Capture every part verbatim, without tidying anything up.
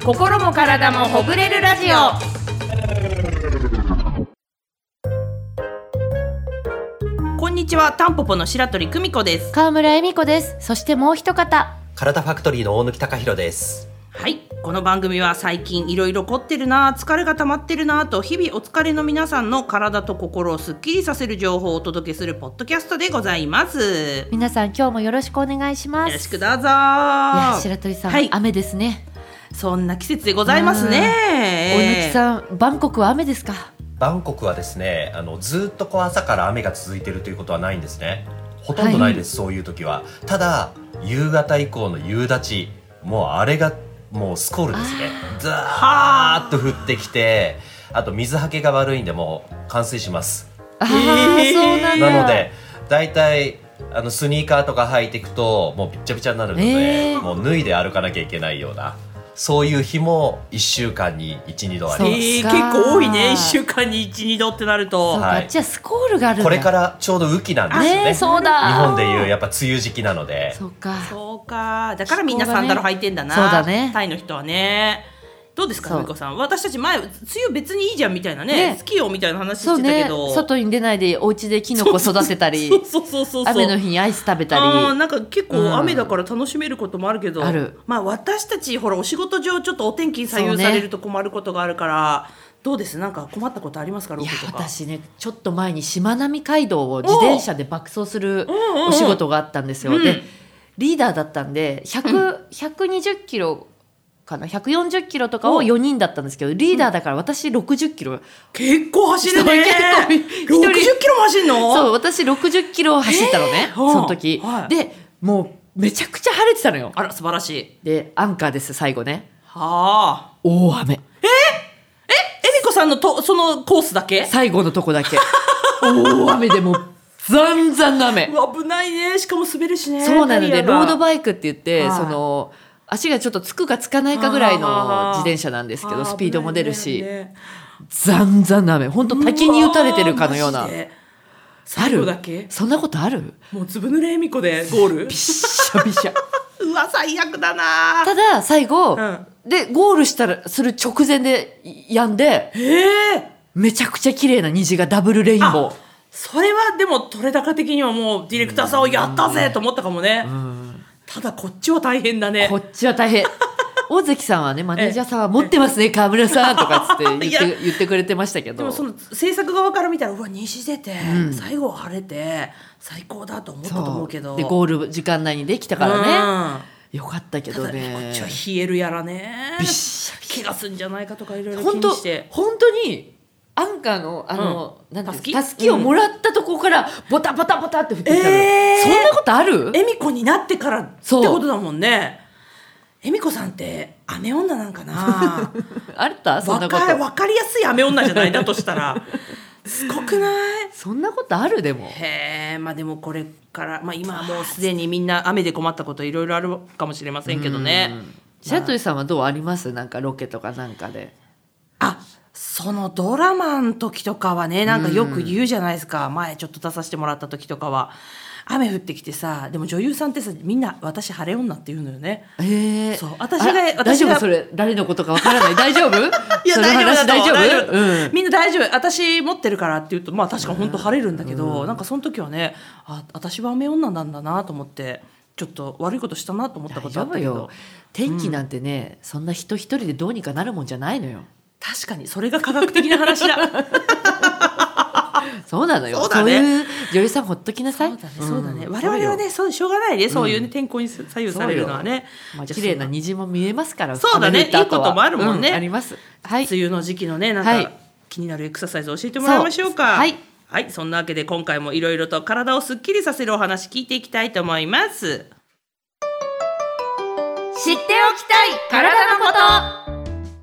心も体もほぐれるラジオ。こんにちは、タンポポの白鳥久美子です。 川村恵美子です。そしてもう一方、 体ファクトリーの大貫貴弘です。 はい、この番組は最近いろいろ凝ってるな、疲れが溜まってるなと日々お疲れの皆さんの体と心をすっきりさせる情報をお届けするポッドキャストでございます。 皆さん今日もよろしくお願いします。 よろしくどうぞ。いや白鳥さん、はい、雨ですね。 そんな季節でございますね。 大貫さん、バンコクは雨ですか？ バンコクはですね、あのずっとこう朝から雨が続いているということはないんですね。ほとんどないです、はい、そういう時は。ただ夕方以降の夕立ち、もうあれがもうスコールですね。ザーッと降ってきて、あと水はけが悪いんでもう冠水します。 あ、えー、そうなんだ。 なのでだいたいあのスニーカーとか履いていくともうびっちゃびちゃになるので、えー、もう脱いで歩かなきゃいけないような、そういう日もいっしゅうかんにいち、にどあります。 えー、結構多いね。いっしゅうかんにいち、にどってなると。 そうか、はい、じゃあスコールがあるんだ。 これからちょうど雨季なんですよね。 ね、そうだ。 日本でいうやっぱ梅雨時期なので。 そうか。 そうか。だからみんなサンダル履いてんだな。 そうだね。 タイの人はね。どうですか、ふみこさん。私たち前梅雨別にいいじゃんみたいなね、ね、好きよみたいな話してたけど、 ね、外に出ないでお家でキノコ育てたり、雨の日にアイス食べたり、 あ、なんか結構雨だから楽しめることもあるけど、 うん、ある。 まあ私たちほらお仕事上ちょっとお天気に左右されると困ることがあるから、ね、どうです？なんか困ったことありますか？ロケとか。いや、私ね、ちょっと前にしまなみ海道を自転車で爆走するお仕事があったんですよ。うんうんうん、でリーダーだったんでひゃく、ひゃくにじゅっキロかな、ひゃくよんじゅっキロとかをよにんだったんですけど、リーダーだから私ろくじゅっキロ、 結構走るね。ろくじゅっキロも走るの？ そう、私ろくじゅっキロ走ったのね、その時、はい、でもうめちゃくちゃ晴れてたのよ。 あら、素晴らしい。 でアンカーです、最後ね。 はあ、 大雨。えええみこさんのとそのコースだけ？ 最後のとこだけ大雨でもうざんざんの雨。 うわ、危ないね。しかも滑るしね。 そうなのでロードバイクって言って、その足がちょっとつくかつかないかぐらいの自転車なんですけど、スピードも出るし、ざんざんの雨。本当滝に打たれてるかのような。 最後だけ？ そんなことある？ もうずぶ濡れえみこでゴールびっしゃびしゃうわ、最悪だな。 ただ最後、 うん、 でゴールしたらする直前で止んで、 えー、 めちゃくちゃ綺麗な虹がダブルレインボー。 それはでも取れ高的にはもうディレクターさんをやったぜと思ったかもね。うん、ただこっちは大変だね。 こっちは大変大関さんはね、マネージャーさんは持ってますね、川村さんとかつって言って言ってくれてましたけど、 でもその制作側から見たら、うわ、虹出て、うん、最後は晴れて最高だと思ったと思うけど、 でゴール時間内にできたからね、うん、よかったけどね。 ただこっちは冷えるやらね、 びっしゃ怪我すんじゃないかとかいろいろ気にして本当にアンカーのあの、うん、なんていうの、たすきをもらったとこからボタボタボタって降ってきたの、えー、そんなことある？ 恵美子になってからってことだもんね。恵美子さんって雨女なんかなあったそんなこと。 分かりやすい雨女じゃない？だとしたらすごくない？ そんなことある？でもへえ、まあでもこれから、まあ、今はもうすでにみんな雨で困ったこといろいろあるかもしれませんけどね。 白鳥さんはどうあります？なんかロケとかなんかで。 あ、そのドラマの時とかはね、なんかよく言うじゃないですか。前ちょっと出させてもらった時とかは雨降ってきてさ、でも女優さんってさ、みんな私晴れ女って言うのよね。 へえ。 そう、私が私が大丈夫？それ誰のことかわからない。大丈夫？いや、大丈夫だと思う。大丈夫、 うん、 みんな大丈夫。私持ってるからって言うと、まあ確か本当晴れるんだけど、うん、なんかその時はね、あ、私は雨女なんだなと思って、ちょっと悪いことしたなと思ったことあったけど。 天気なんてね、うん、そんな人一人でどうにかなるもんじゃないのよ。 確かにそれが科学的な話だそうなのよ。 そうだね、 そういう女優さんほっときなさい。 そうだね、そうだね、うん、我々はね、そうしょうがないね、そういう、ね、天候に左右されるのはね、 まあ、綺麗な虹も見えますから。 そうだね、いいこともあるもんね、うん、 あります、はい、 梅雨の時期のね、なんか、はい、気になるエクササイズを教えてもらいましょうか。はい、はい、そんなわけで今回もいろいろと体をすっきりさせるお話聞いていきたいと思います。知っておきたい体のこと。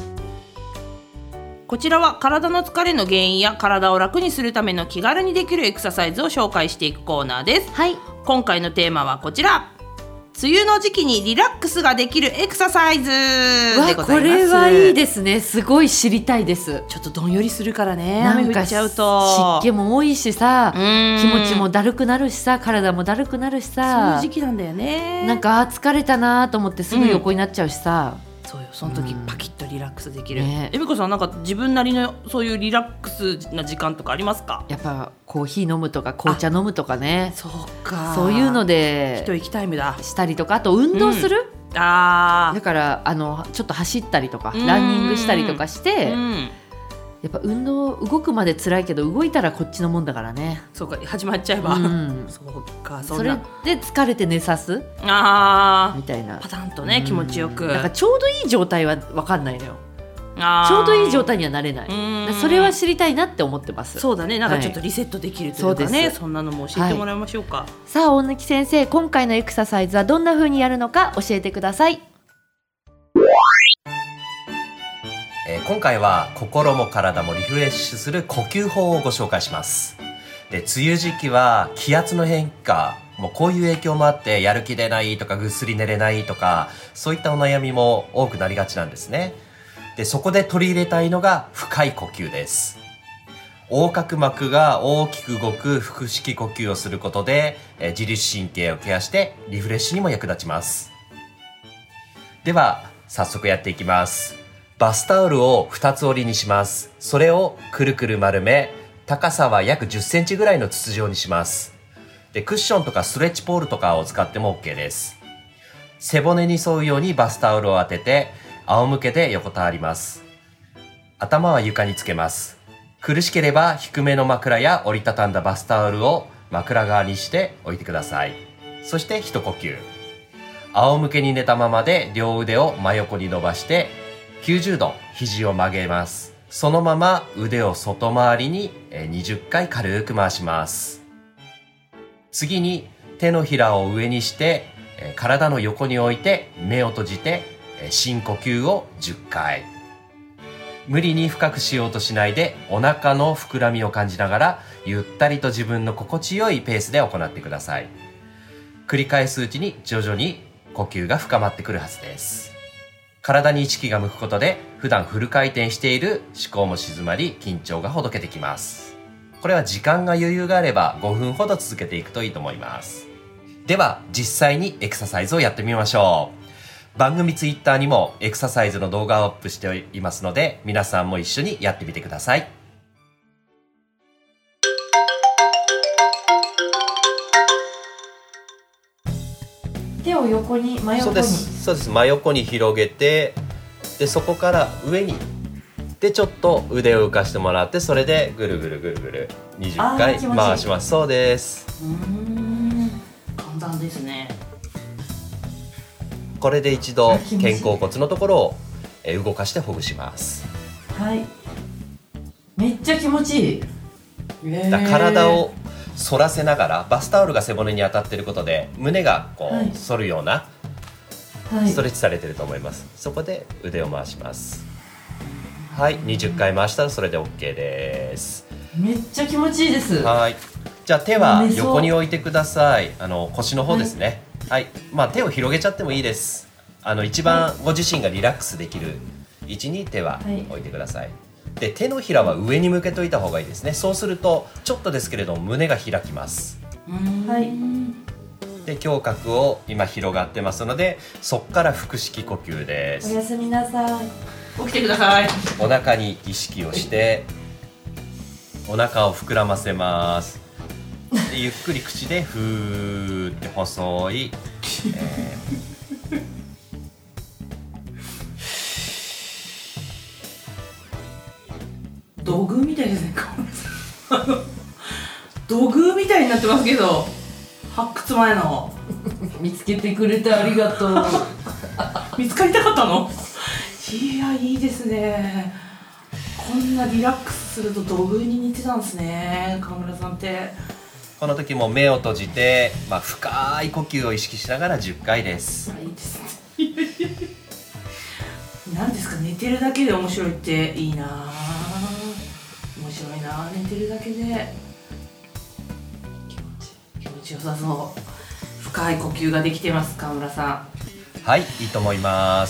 こちらは体の疲れの原因や体を楽にするための気軽にできるエクササイズを紹介していくコーナーです。 はい、 今回のテーマはこちら。梅雨の時期にリラックスができるエクササイズでございます。 これはいいですね。すごい知りたいです。 ちょっとどんよりするからね、雨降っちゃうと湿気も多いしさ、気持ちもだるくなるしさ、体もだるくなるしさ、 そういう時期なんだよね。 なんか疲れたなと思ってすぐ横になっちゃうしさ、 うん、 そうよ、その時パキッとリラックスできる。 ねえみこさん、なんか自分なりのそういうリラックスな時間とかありますか？ やっぱコーヒー飲むとか紅茶飲むとかね、 そうか、 そういうので一息タイムだ。 したりとか、あと運動する、 うん、あだからあのちょっと走ったりとかうんランニングしたりとかしあ、 て、 うんやっぱ運動動くまで辛いけど動いたらこっちのもんだからね。 そうか、始まっちゃえば、 うん、 そうか、そそれんなで疲れて寝さすあみたいな、 パタンとね、気持ちよく、 なんかちょうどいい状態は分かんないのよ。 あちょうどいい状態にはなれない。 うんそれは知りたいなって思ってます。 そうだね、なんかちょっとリセットできるというかね、 はいそうですそんなのも教えてもらいましょうか。 さあ大貫先生、今回のエクササイズはどんな風にやるのか教えてください。 えー今回は心も体もリフレッシュする呼吸法をご紹介します。で、梅雨時期は気圧の変化、もうこういう影響もあってやる気出ないとかぐっすり寝れないとか、そういったお悩みも多くなりがちなんですね。で、そこで取り入れたいのが深い呼吸です。横隔膜が大きく動く腹式呼吸をすることで、えー自律神経をケアしてリフレッシュにも役立ちます。では早速やっていきます。バスタオルをふたつ折りにします。それをくるくる丸め、高さは約じゅっセンチぐらいの筒状にします。で、クッションとかストレッチポールとかを使っても OK です。背骨に沿うようにバスタオルを当てて仰向けで横たわります。頭は床につけます。苦しければ低めの枕や折りたたんだバスタオルを枕側にして置いてください。そして一呼吸。仰向けに寝たままで両腕を真横に伸ばしてきゅうじゅうど肘を曲げます。そのまま腕を外回りににじゅっかい軽く回します。次に手のひらを上にして体の横に置いて目を閉じて深呼吸をじゅっかい。無理に深くしようとしないでお腹の膨らみを感じながらゆったりと自分の心地よいペースで行ってください。繰り返すうちに徐々に呼吸が深まってくるはずです。体に意識が向くことで普段フル回転している思考も静まり緊張がほどけてきます。これは時間が余裕があればごふんほど続けていくといいと思います。では実際にエクササイズをやってみましょう。番組ツイッターにもエクササイズの動画をアップしていますので皆さんも一緒にやってみてください。 手を横に真横に、 そうですそうです真横に広げて、でそこから上にでちょっと腕を浮かしてもらって、それでぐるぐるぐるぐるにじゅっかい回します。そうです。 うーん、簡単ですね。 これで一度肩甲骨のところをえ動かしてほぐします。 はい、めっちゃ気持ちいい。 だ体を反らせながらバスタオルが背骨に当たっていることで胸がこう、 はい反るようなはいストレッチされていると思います。そこで腕を回します。はい、にじゅっかい回したらそれで OK です。 めっちゃ気持ちいいです。 はい、じゃあ手は横に置いてください。あの腰の方ですね。はい、まあ手を広げちゃってもいいです。あの一番ご自身がリラックスできる位置に手は置いてください。で、手のひらは上に向けといた方がいいですね。そうするとちょっとですけれども胸が開きます。 はい。 で、胸郭を今広がってますので、そこから腹式呼吸でおす。 やすみなさい。 起きてください。 お腹に意識をしてお腹を膨らませます。で、ゆっくり口でふーって細い、えー土偶みたいですね。あの土偶みたいになってますけど、発掘前の見つけてくれてありがとう。 見つかりたかったの？いや、いいですね。こんなリラックスすると土偶に似てたんですね、川村さんって。 この時も目を閉じて、まあ、深い呼吸を意識しながらじゅっかいです。 いいですね。何ですか、寝てるだけで面白いっていいなぁ。面白いなぁ、寝てるだけで気持ち気持ちよさそう。深い呼吸ができてます、川村さん。 はい、いいと思います。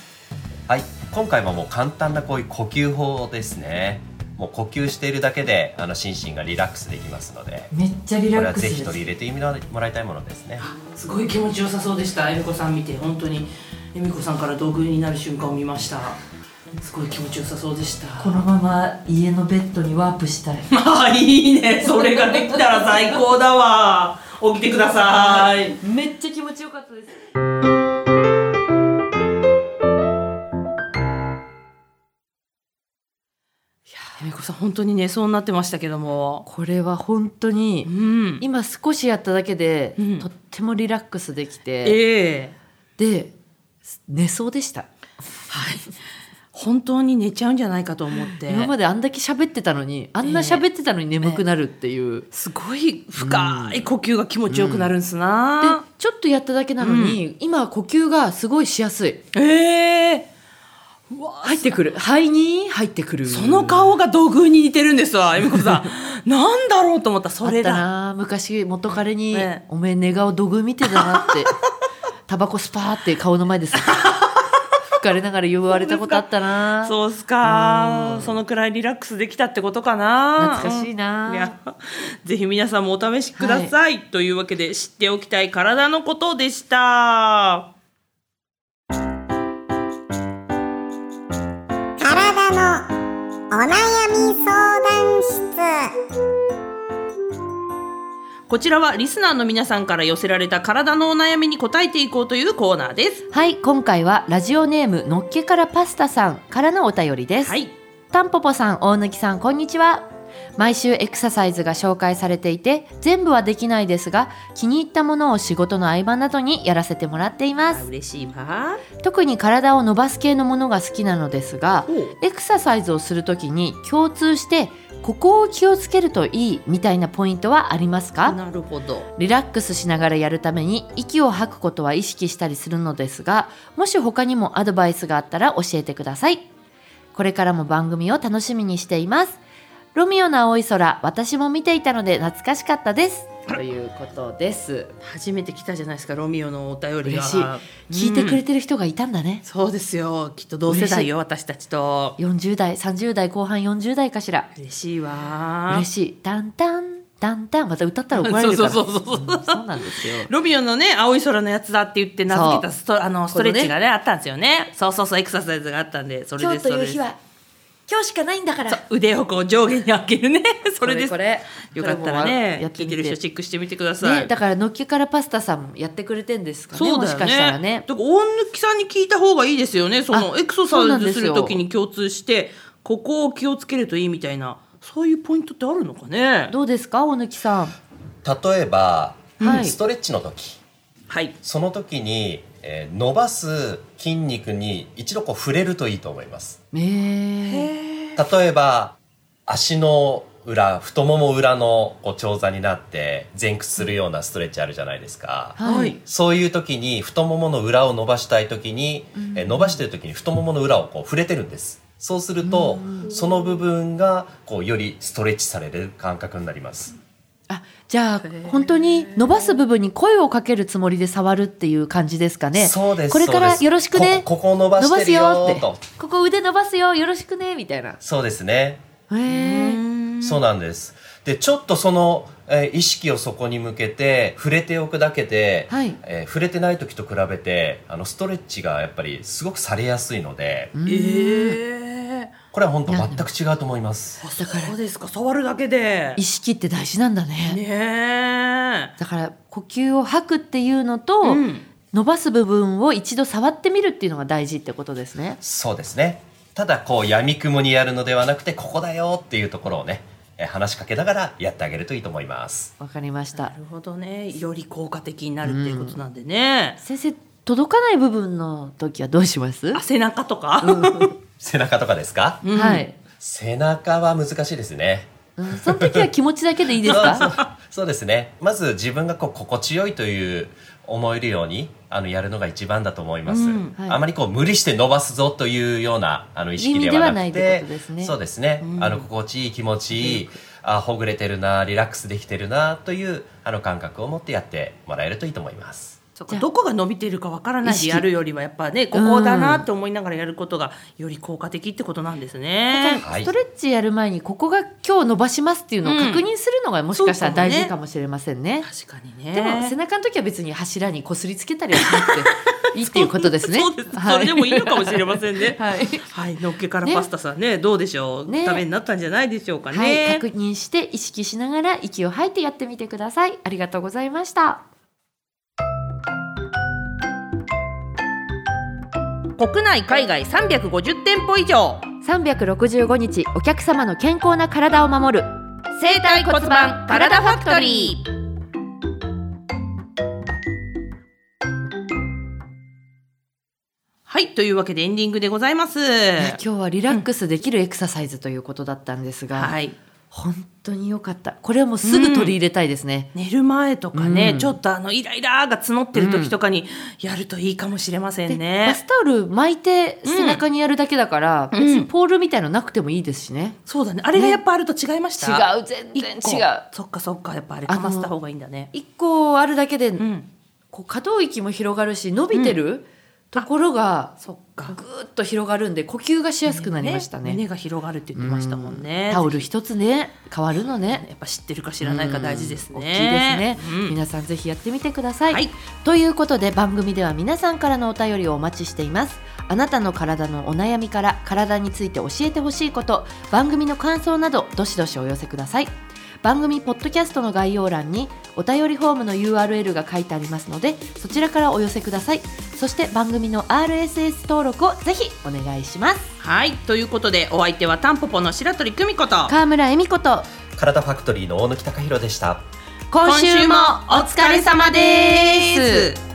はい、今回はもう簡単なこういう呼吸法ですね。もう呼吸しているだけであの心身がリラックスできますので、 めっちゃリラックスです。 これはぜひ取り入れてもらいたいものですね。 すごい気持ちよさそうでした。えみこさん見て本当に恵美子さんから土偶になる瞬間を見ました。すごい気持ちよさそうでした。 このまま家のベッドにワープしたい。 ああ、いいね。それができたら最高だわ。起きてください。 めっちゃ気持ちよかったです。 恵美子さん本当に寝そうになってましたけども、 これは本当に、 うん、 今少しやっただけで、うん、とってもリラックスできて、 えー、で寝そうでした。 はい、本当に寝ちゃうんじゃないかと思って。 今まであんだけ喋ってたのに、あんな喋ってたのに眠くなるっていう、えー、 すごい深い呼吸が気持ちよくなるんですな、 うん、でちょっとやっただけなのに、うん、今呼吸がすごいしやすい。 えーうわ入ってくる、肺に入ってくる。 その顔が土偶に似てるんですわ、恵美子さん。なんだろうと思った。それだ。 あったな、昔元彼に、ね、おめえ寝顔土偶見てたなってタバコスパーって顔の前です吹かれながら言われたことあったな。 そうっすか、うん、そのくらいリラックスできたってことかな。 懐かしいな、 うん、いやぜひ皆さんもお試しください、はい、というわけで知っておきたい体のことでした。 体のお悩み相談室。 こちらはリスナーの皆さんから寄せられた体のお悩みに答えていこうというコーナーです。 はい、今回はラジオネームのっけからパスタさんからのお便りです。 はい、 たんぽぽさん、大貫さん、こんにちは。毎週エクササイズが紹介されていて、全部はできないですが気に入ったものを仕事の合間などにやらせてもらっています。 嬉しいわ。 特に体を伸ばす系のものが好きなのですが、エクササイズをするときに共通してここを気をつけるといいみたいなポイントはありますか？ なるほど。 リラックスしながらやるために息を吐くことは意識したりするのですが、もし他にもアドバイスがあったら教えてください。これからも番組を楽しみにしています。ロミオの青い空、私も見ていたので懐かしかったですということです。 初めて来たじゃないですか、ロミオのお便りが。 嬉しい。聞いてくれてる人がいたんだね、 うん、そうですよ。きっと同世代よ、私たちと。 よんじゅう代、さんじゅう代後半、よんじゅう代かしら。 嬉しいわ。 嬉しい。タンタンタンタン、また歌ったら怒られるから。 そうそうそうそう、うん、 そうなんですよ。 ロミオのね、青い空のやつだって言って名付けたスト、あのストレッチがね、あったんですよね。そうそうそう、エクササイズがあったんで、それです。 今日という日は今日しかないんだから。 腕をこう上下に上げるね。それです。 これこれよかったらね、聞いてる人チェックしてみてください。 ね、だからのっけからパスタさんもやってくれてんですかね。そうだよね。もしかしたらね。 だから大貫さんに聞いた方がいいですよね。そのエクササイズするときに共通してここを気をつけるといいみたいな、そういうポイントってあるのかね。 どうですか、大貫さん。 例えば、 はい、 ストレッチの時、 はい、 その時に、えー、伸ばす筋肉に一度こう触れるといいと思います。 へー。 例えば足の裏、太もも裏のこう長座になって前屈するようなストレッチあるじゃないですか、 はい、 そういう時に太ももの裏を伸ばしたい時に、うん、え伸ばしてる時に太ももの裏をこう触れてるんです。そうすると、うん、その部分がこうよりストレッチされる感覚になります。 あ、じゃあ本当に伸ばす部分に声をかけるつもりで触るっていう感じですかね。 そうです。 これからよろしくね、 ここ伸ばしてるよ伸ばすよって、ここ腕伸ばすよ、よろしくねみたいな。 そうですね。 へー。 そうなんです。でちょっとその、えー、意識をそこに向けて触れておくだけで、 はい、 えー、触れてない時と比べてあのストレッチがやっぱりすごくされやすいので、 えー、 これは本当全く違うと思います。 だからそうですか、触るだけで意識って大事なんだね。 ね、 だから呼吸を吐くっていうのと、うん、伸ばす部分を一度触ってみるっていうのが大事ってことですね。 そうですね。ただこう闇雲にやるのではなくて、ここだよっていうところをね、え話しかけながらやってあげるといいと思います。 わかりました。 なるほどね。より効果的になるっていうことなんでね、 うん、先生、届かない部分の時はどうします？ あ、背中とか、 うん、 背中とかですか？ うん、はい。 背中は難しいですね。 うん、その時は気持ちだけでいいですか？ そうそう、そうですね。まず自分がこう心地よいという思えるようにあのやるのが一番だと思います、うんはい、あまりこう無理して伸ばすぞというようなあの意識ではなくて、 ね、 そうですね、うん、あの心地いい気持ちいい、うん、あほぐれてるな、リラックスできてるなというあの感覚を持ってやってもらえるといいと思います。 そこどこが伸びているかわからないでやるよりはやっぱね、ここだなって思いながらやることがより効果的ってことなんですね。 ストレッチやる前にここが今日伸ばしますっていうのを確認するのがもしかしたら大事かもしれませんね。 確かにね。 でも背中の時は別に柱にこすりつけたりはしなくていいっていうことですね。 そうです、 はい、 それでもいいのかもしれませんね。 はい、 はい、のっけからパスタさんね、どうでしょう、 ね、 ためになったんじゃないでしょうかね。 はい、確認して意識しながら息を吐いてやってみてください。ありがとうございました。 国内海外さんびゃくごじゅってんぽ以上、 さんびゃくろくじゅうごにちお客様の健康な体を守る生体骨盤カラダファクトリー。はい、というわけでエンディングでございます。 今日はリラックスできるエクササイズということだったんですが、 うん、はい、 本当に良かった。これはもうすぐ取り入れたいですね、 うん、寝る前とかね、 うん、 ちょっとあのイライラが募ってる時とかにやるといいかもしれませんね、 バスタオル巻いて背中にやるだけだから、うん、別にポールみたいのなくてもいいですしね、 うん、そうだね。あれがやっぱあると違いました、ね、 違う、全然違う。 そっかそっか、やっぱあれかませた方がいいんだね。 いっこあるだけで、 うん、 こう可動域も広がるし伸びてる、うん、ところがそっかぐーっと広がるんで呼吸がしやすくなりましたね。 胸が広がるって言ってましたもんね。 タオル一つね変わるのね。 やっぱ知ってるか知らないか大事ですね。 大きいですね、うん、皆さんぜひやってみてください、はい、ということで番組では皆さんからのお便りをお待ちしています。あなたの体のお悩みから体について教えてほしいこと、番組の感想などどしどしお寄せください。番組ポッドキャストの概要欄にお便りフォームの ユーアールエル が書いてありますので、そちらからお寄せください。そして番組の アールエスエス 登録をぜひお願いします。 はい、ということでお相手はタンポポの白鳥久美子と川村恵美子と体ファクトリーの大貫貴弘でした。 今週もお疲れ様です。